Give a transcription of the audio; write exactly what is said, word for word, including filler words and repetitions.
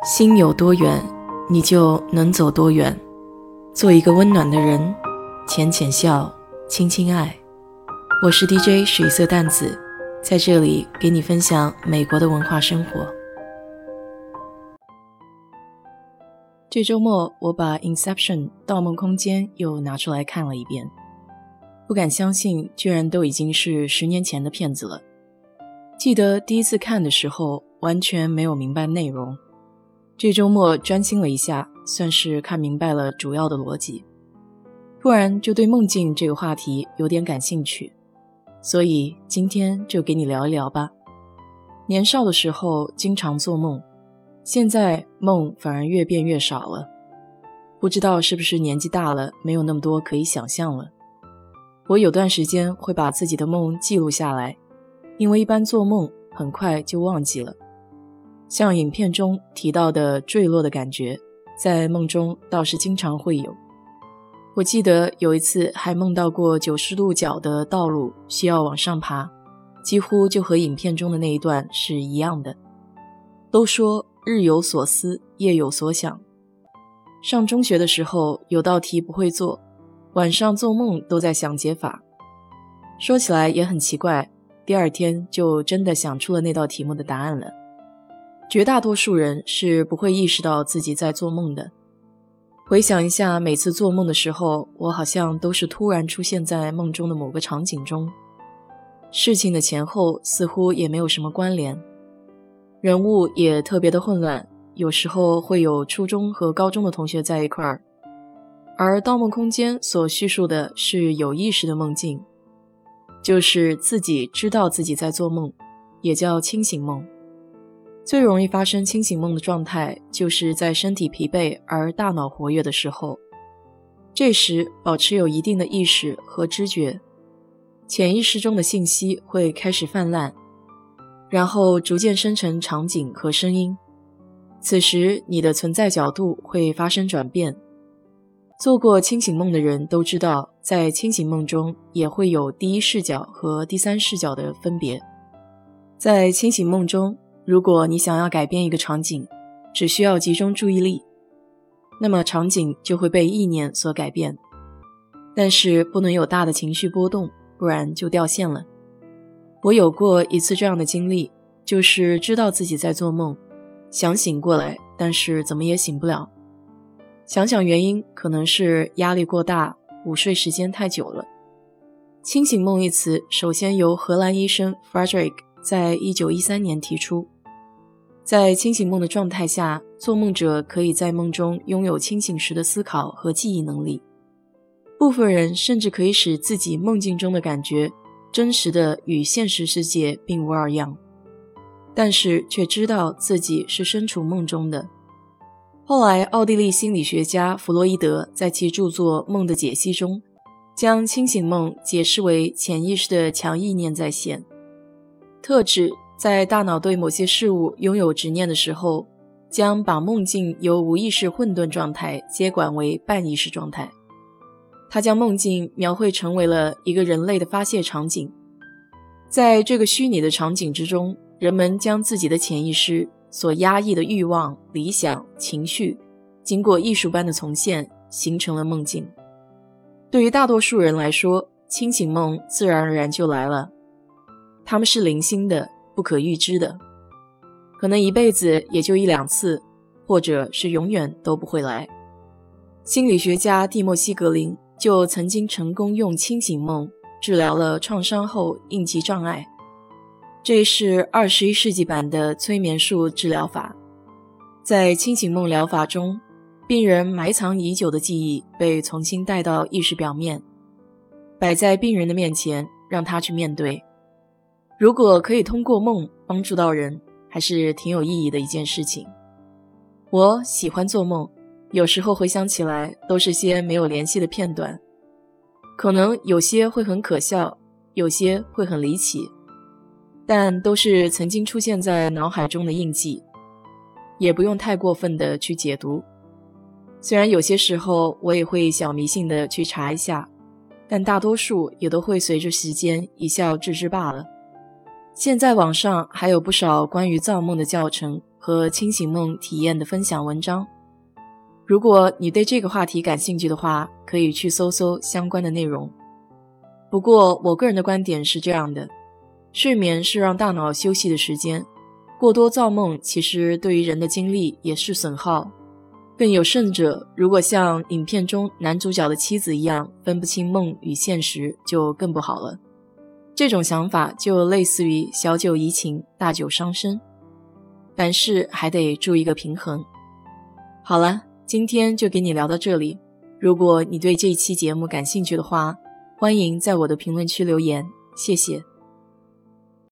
心有多远，你就能走多远。做一个温暖的人，浅浅笑，轻轻爱。我是 D J 水色淡子，在这里给你分享美国的文化生活。这周末我把 Inception 盗梦空间又拿出来看了一遍，不敢相信居然都已经是十年前的片子了。记得第一次看的时候完全没有明白内容，这周末专心了一下，算是看明白了主要的逻辑。突然就对梦境这个话题有点感兴趣，所以今天就给你聊一聊吧。年少的时候经常做梦，现在梦反而越变越少了，不知道是不是年纪大了，没有那么多可以想象了。我有段时间会把自己的梦记录下来，因为一般做梦很快就忘记了。像影片中提到的坠落的感觉，在梦中倒是经常会有。我记得有一次还梦到过九十度角的道路需要往上爬，几乎就和影片中的那一段是一样的。都说日有所思，夜有所想。上中学的时候有道题不会做，晚上做梦都在想解法。说起来也很奇怪，第二天就真的想出了那道题目的答案了。绝大多数人是不会意识到自己在做梦的。回想一下，每次做梦的时候，我好像都是突然出现在梦中的某个场景中，事情的前后似乎也没有什么关联，人物也特别的混乱，有时候会有初中和高中的同学在一块儿。而《盗梦空间》所叙述的是有意识的梦境，就是自己知道自己在做梦，也叫清醒梦。最容易发生清醒梦的状态，就是在身体疲惫而大脑活跃的时候。这时保持有一定的意识和知觉，潜意识中的信息会开始泛滥，然后逐渐生成场景和声音。此时你的存在角度会发生转变。做过清醒梦的人都知道，在清醒梦中也会有第一视角和第三视角的分别。在清醒梦中，如果你想要改变一个场景，只需要集中注意力，那么场景就会被意念所改变。但是不能有大的情绪波动，不然就掉线了。我有过一次这样的经历，就是知道自己在做梦，想醒过来，但是怎么也醒不了。想想原因，可能是压力过大，午睡时间太久了。清醒梦一词首先由荷兰医生 Frederick 在一九一三年提出。在清醒梦的状态下，做梦者可以在梦中拥有清醒时的思考和记忆能力。部分人甚至可以使自己梦境中的感觉真实的与现实世界并无二样，但是却知道自己是身处梦中的。后来奥地利心理学家弗洛伊德在其著作《梦的解析》中，将清醒梦解释为潜意识的强意念再现，特指在大脑对某些事物拥有执念的时候，将把梦境由无意识混沌状态接管为半意识状态。他将梦境描绘成为了一个人类的发泄场景。在这个虚拟的场景之中，人们将自己的潜意识所压抑的欲望、理想、情绪，经过艺术般的重现，形成了梦境。对于大多数人来说，清醒梦自然而然就来了。它们是零星的，不可预知的，可能一辈子也就一两次，或者是永远都不会来。心理学家蒂莫西·格林就曾经成功用清醒梦治疗了创伤后应激障碍。这是二十一世纪版的催眠术治疗法。在清醒梦疗法中，病人埋藏已久的记忆被重新带到意识表面，摆在病人的面前，让他去面对。如果可以通过梦帮助到人，还是挺有意义的一件事情。我喜欢做梦，有时候回想起来都是些没有联系的片段，可能有些会很可笑，有些会很离奇，但都是曾经出现在脑海中的印记，也不用太过分的去解读。虽然有些时候我也会小迷信的去查一下，但大多数也都会随着时间一笑置之罢了。现在网上还有不少关于造梦的教程和清醒梦体验的分享文章。如果你对这个话题感兴趣的话，可以去搜搜相关的内容。不过我个人的观点是这样的，睡眠是让大脑休息的时间，过多造梦其实对于人的精力也是损耗。更有甚者，如果像影片中男主角的妻子一样分不清梦与现实，就更不好了。这种想法就类似于小酒怡情，大酒伤身，凡事还得注一个平衡。好了，今天就给你聊到这里。如果你对这一期节目感兴趣的话，欢迎在我的评论区留言，谢谢。